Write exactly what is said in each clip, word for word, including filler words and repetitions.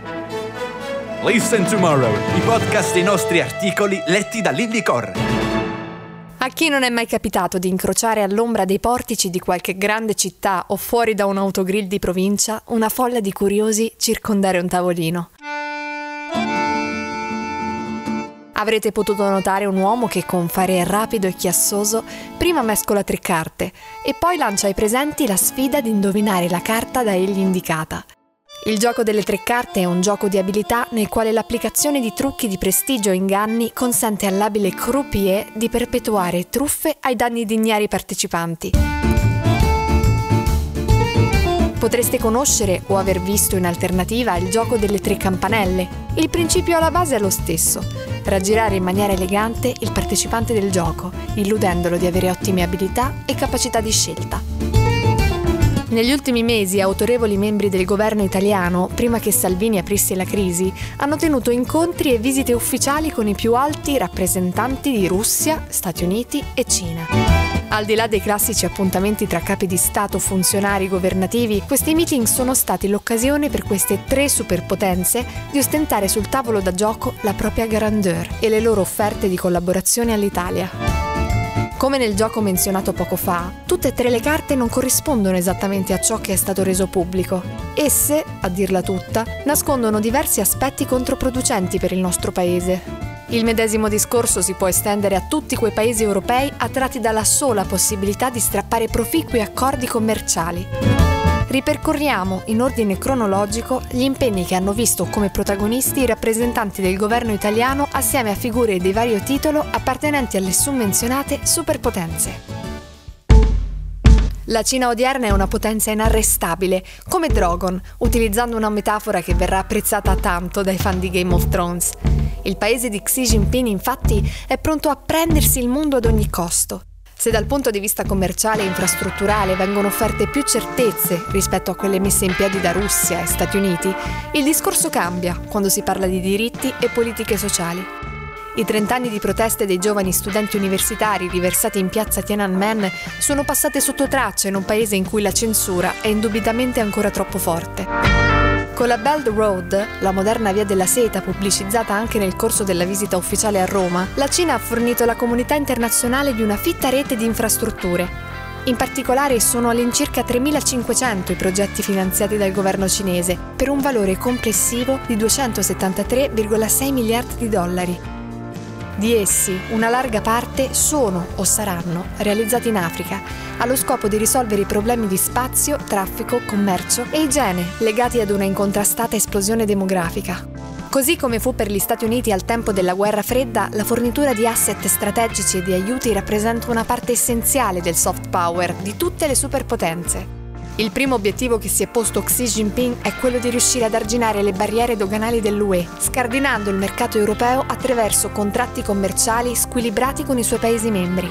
Listen Tomorrow, i podcast dei nostri articoli letti da Lilli Corre. A chi non è mai capitato di incrociare all'ombra dei portici di qualche grande città o fuori da un autogrill di provincia una folla di curiosi circondare un tavolino? Avrete potuto notare un uomo che con fare rapido e chiassoso prima mescola tre carte e poi lancia ai presenti la sfida di indovinare la carta da egli indicata. Il gioco delle tre carte è un gioco di abilità nel quale l'applicazione di trucchi di prestigio e inganni consente all'abile croupier di perpetuare truffe ai danni di ignari partecipanti. Potreste conoscere o aver visto in alternativa il gioco delle tre campanelle. Il principio alla base è lo stesso: raggirare in maniera elegante il partecipante del gioco, illudendolo di avere ottime abilità e capacità di scelta. Negli ultimi mesi autorevoli membri del governo italiano, prima che Salvini aprisse la crisi, hanno tenuto incontri e visite ufficiali con i più alti rappresentanti di Russia, Stati Uniti e Cina. Al di là dei classici appuntamenti tra capi di Stato, funzionari governativi, questi meeting sono stati l'occasione per queste tre superpotenze di ostentare sul tavolo da gioco la propria grandeur e le loro offerte di collaborazione all'Italia. Come nel gioco menzionato poco fa, tutte e tre le carte non corrispondono esattamente a ciò che è stato reso pubblico. Esse, a dirla tutta, nascondono diversi aspetti controproducenti per il nostro paese. Il medesimo discorso si può estendere a tutti quei paesi europei attratti dalla sola possibilità di strappare proficui accordi commerciali. Ripercorriamo, in ordine cronologico, gli impegni che hanno visto come protagonisti i rappresentanti del governo italiano assieme a figure di vario titolo appartenenti alle summenzionate superpotenze. La Cina odierna è una potenza inarrestabile, come Drogon, utilizzando una metafora che verrà apprezzata tanto dai fan di Game of Thrones. Il paese di Xi Jinping, infatti, è pronto a prendersi il mondo ad ogni costo. Se dal punto di vista commerciale e infrastrutturale vengono offerte più certezze rispetto a quelle messe in piedi da Russia e Stati Uniti, il discorso cambia quando si parla di diritti e politiche sociali. I trent'anni di proteste dei giovani studenti universitari riversati in piazza Tiananmen sono passate sotto traccia in un paese in cui la censura è indubbiamente ancora troppo forte. Con la Belt Road, la moderna via della seta pubblicizzata anche nel corso della visita ufficiale a Roma, la Cina ha fornito la comunità internazionale di una fitta rete di infrastrutture. In particolare sono all'incirca tremilacinquecento i progetti finanziati dal governo cinese, per un valore complessivo di duecentosettantatré virgola sei miliardi di dollari. Di essi, una larga parte sono o saranno realizzati in Africa, allo scopo di risolvere i problemi di spazio, traffico, commercio e igiene legati ad una incontrastata esplosione demografica. Così come fu per gli Stati Uniti al tempo della guerra fredda, la fornitura di asset strategici e di aiuti rappresenta una parte essenziale del soft power di tutte le superpotenze. Il primo obiettivo che si è posto Xi Jinping è quello di riuscire ad arginare le barriere doganali dell'U E, scardinando il mercato europeo attraverso contratti commerciali squilibrati con i suoi Paesi membri.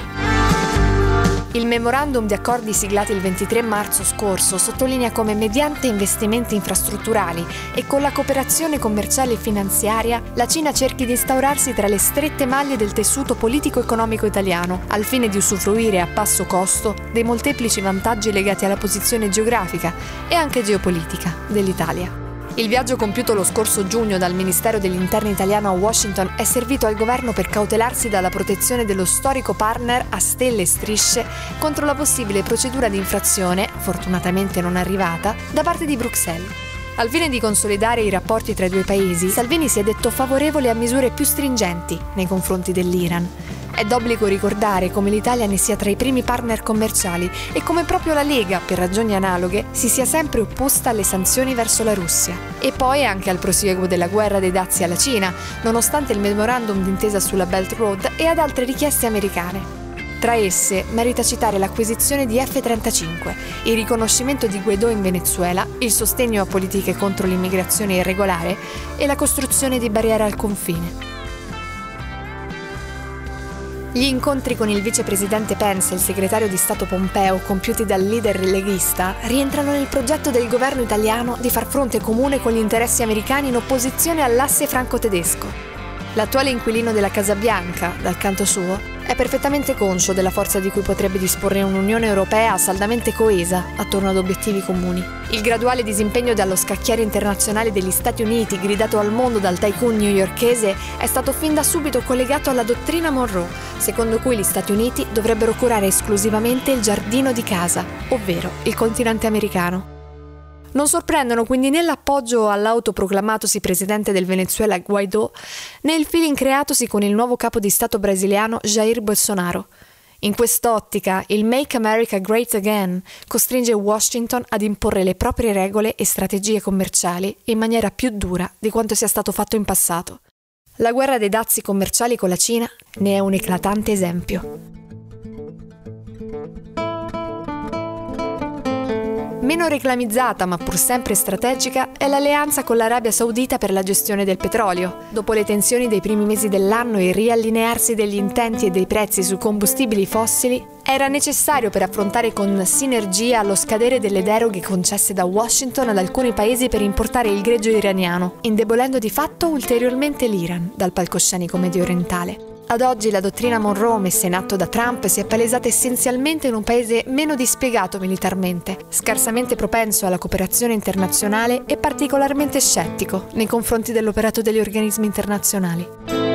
Il memorandum di accordi siglati il ventitré marzo scorso sottolinea come mediante investimenti infrastrutturali e con la cooperazione commerciale e finanziaria la Cina cerchi di instaurarsi tra le strette maglie del tessuto politico-economico italiano, al fine di usufruire a basso costo dei molteplici vantaggi legati alla posizione geografica e anche geopolitica dell'Italia. Il viaggio compiuto lo scorso giugno dal Ministero degli Interni italiano a Washington è servito al governo per cautelarsi dalla protezione dello storico partner a stelle e strisce contro la possibile procedura di infrazione, fortunatamente non arrivata, da parte di Bruxelles. Al fine di consolidare i rapporti tra i due paesi, Salvini si è detto favorevole a misure più stringenti nei confronti dell'Iran. È d'obbligo ricordare come l'Italia ne sia tra i primi partner commerciali e come proprio la Lega, per ragioni analoghe, si sia sempre opposta alle sanzioni verso la Russia. E poi anche al prosieguo della guerra dei dazi alla Cina, nonostante il memorandum d'intesa sulla Belt Road e ad altre richieste americane. Tra esse merita citare l'acquisizione di F trentacinque, il riconoscimento di Guaidó in Venezuela, il sostegno a politiche contro l'immigrazione irregolare e la costruzione di barriere al confine. Gli incontri con il vicepresidente Pence e il segretario di Stato Pompeo, compiuti dal leader leghista, rientrano nel progetto del governo italiano di far fronte comune con gli interessi americani in opposizione all'asse franco-tedesco. L'attuale inquilino della Casa Bianca, dal canto suo, È perfettamente conscio della forza di cui potrebbe disporre un'Unione Europea saldamente coesa attorno ad obiettivi comuni. Il graduale disimpegno dallo scacchiere internazionale degli Stati Uniti, gridato al mondo dal tycoon newyorkese, è stato fin da subito collegato alla dottrina Monroe, secondo cui gli Stati Uniti dovrebbero curare esclusivamente il giardino di casa, ovvero il continente americano. Non sorprendono quindi né l'appoggio all'autoproclamatosi presidente del Venezuela Guaidó, né il feeling creatosi con il nuovo capo di Stato brasiliano Jair Bolsonaro. In quest'ottica, il Make America Great Again costringe Washington ad imporre le proprie regole e strategie commerciali in maniera più dura di quanto sia stato fatto in passato. La guerra dei dazi commerciali con la Cina ne è un eclatante esempio. Meno reclamizzata ma pur sempre strategica è l'alleanza con l'Arabia Saudita per la gestione del petrolio. Dopo le tensioni dei primi mesi dell'anno e il riallinearsi degli intenti e dei prezzi sui combustibili fossili, era necessario per affrontare con sinergia lo scadere delle deroghe concesse da Washington ad alcuni paesi per importare il greggio iraniano, indebolendo di fatto ulteriormente l'Iran dal palcoscenico mediorientale. Ad oggi la dottrina Monroe messa in atto da Trump si è palesata essenzialmente in un paese meno dispiegato militarmente, scarsamente propenso alla cooperazione internazionale e particolarmente scettico nei confronti dell'operato degli organismi internazionali.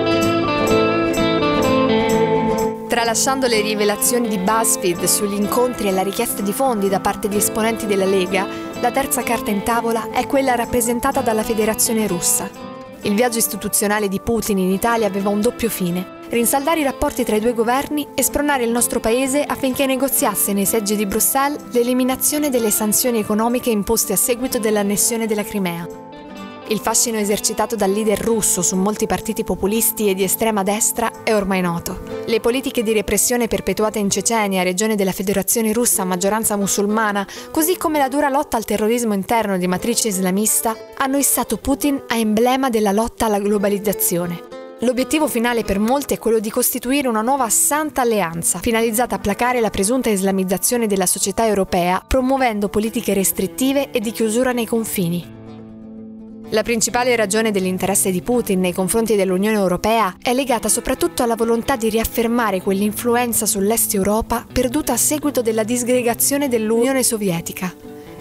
Tralasciando le rivelazioni di BuzzFeed sugli incontri e la richiesta di fondi da parte di esponenti della Lega, la terza carta in tavola è quella rappresentata dalla Federazione Russa. Il viaggio istituzionale di Putin in Italia aveva un doppio fine: rinsaldare i rapporti tra i due governi e spronare il nostro paese affinché negoziasse nei seggi di Bruxelles l'eliminazione delle sanzioni economiche imposte a seguito dell'annessione della Crimea. Il fascino esercitato dal leader russo su molti partiti populisti e di estrema destra è ormai noto. Le politiche di repressione perpetuate in Cecenia, regione della Federazione Russa a maggioranza musulmana, così come la dura lotta al terrorismo interno di matrice islamista, hanno issato Putin a emblema della lotta alla globalizzazione. L'obiettivo finale per molti è quello di costituire una nuova santa alleanza, finalizzata a placare la presunta islamizzazione della società europea, promuovendo politiche restrittive e di chiusura nei confini. La principale ragione dell'interesse di Putin nei confronti dell'Unione Europea è legata soprattutto alla volontà di riaffermare quell'influenza sull'Est Europa perduta a seguito della disgregazione dell'Unione Sovietica.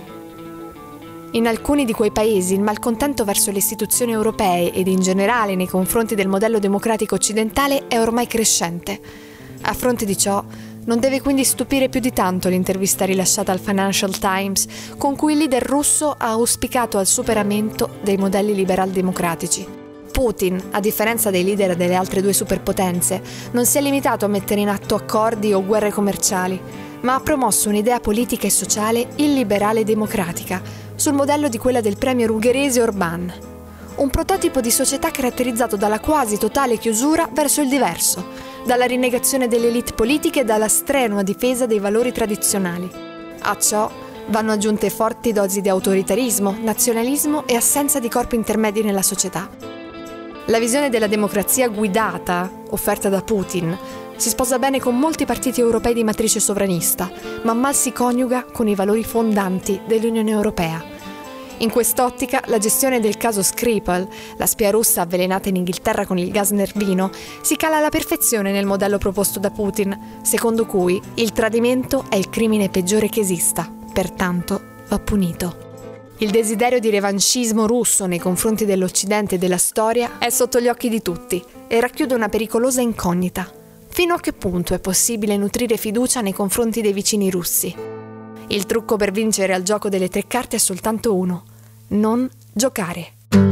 In alcuni di quei paesi il malcontento verso le istituzioni europee ed in generale nei confronti del modello democratico occidentale è ormai crescente. A fronte di ciò, non deve quindi stupire più di tanto l'intervista rilasciata al Financial Times, con cui il leader russo ha auspicato al superamento dei modelli liberal-democratici. Putin, a differenza dei leader delle altre due superpotenze, non si è limitato a mettere in atto accordi o guerre commerciali, ma ha promosso un'idea politica e sociale illiberale democratica, sul modello di quella del premier ungherese Orbán. Un prototipo di società caratterizzato dalla quasi totale chiusura verso il diverso, dalla rinnegazione delle elite politiche e dalla strenua difesa dei valori tradizionali. A ciò vanno aggiunte forti dosi di autoritarismo, nazionalismo e assenza di corpi intermedi nella società. La visione della democrazia guidata, offerta da Putin, si sposa bene con molti partiti europei di matrice sovranista, ma mal si coniuga con i valori fondanti dell'Unione Europea. In quest'ottica, la gestione del caso Skripal, la spia russa avvelenata in Inghilterra con il gas nervino, si cala alla perfezione nel modello proposto da Putin, secondo cui il tradimento è il crimine peggiore che esista, pertanto va punito. Il desiderio di revanchismo russo nei confronti dell'Occidente e della storia è sotto gli occhi di tutti e racchiude una pericolosa incognita. Fino a che punto è possibile nutrire fiducia nei confronti dei vicini russi? Il trucco per vincere al gioco delle tre carte è soltanto uno: non giocare.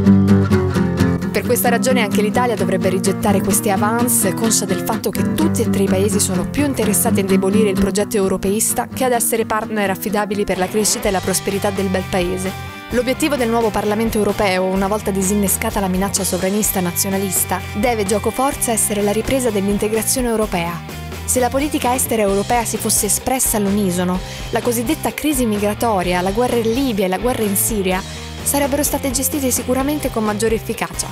Per questa ragione anche l'Italia dovrebbe rigettare questi avance, conscia del fatto che tutti e tre i paesi sono più interessati a indebolire il progetto europeista che ad essere partner affidabili per la crescita e la prosperità del bel paese. L'obiettivo del nuovo Parlamento europeo, una volta disinnescata la minaccia sovranista nazionalista, deve giocoforza essere la ripresa dell'integrazione europea. Se la politica estera europea si fosse espressa all'unisono, la cosiddetta crisi migratoria, la guerra in Libia e la guerra in Siria sarebbero state gestite sicuramente con maggiore efficacia.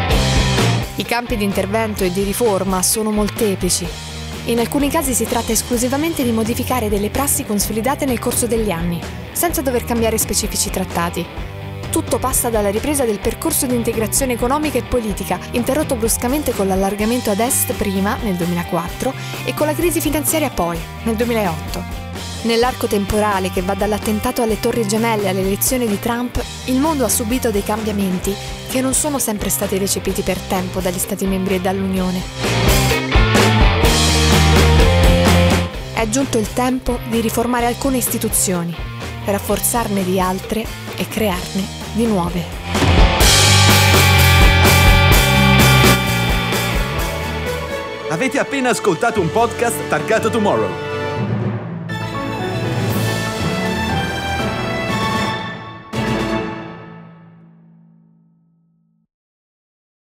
I campi di intervento e di riforma sono molteplici. In alcuni casi si tratta esclusivamente di modificare delle prassi consolidate nel corso degli anni, senza dover cambiare specifici trattati. tutto passa dalla ripresa del percorso di integrazione economica e politica, interrotto bruscamente con l'allargamento ad est prima, nel duemilaquattro, e con la crisi finanziaria poi, nel duemilaotto. Nell'arco temporale che va dall'attentato alle Torri Gemelle all'elezione di Trump, il mondo ha subito dei cambiamenti che non sono sempre stati recepiti per tempo dagli Stati membri e dall'Unione. È giunto il tempo di riformare alcune istituzioni, rafforzarne di altre e crearne di nuove. Avete appena ascoltato un podcast targato Tomorrow.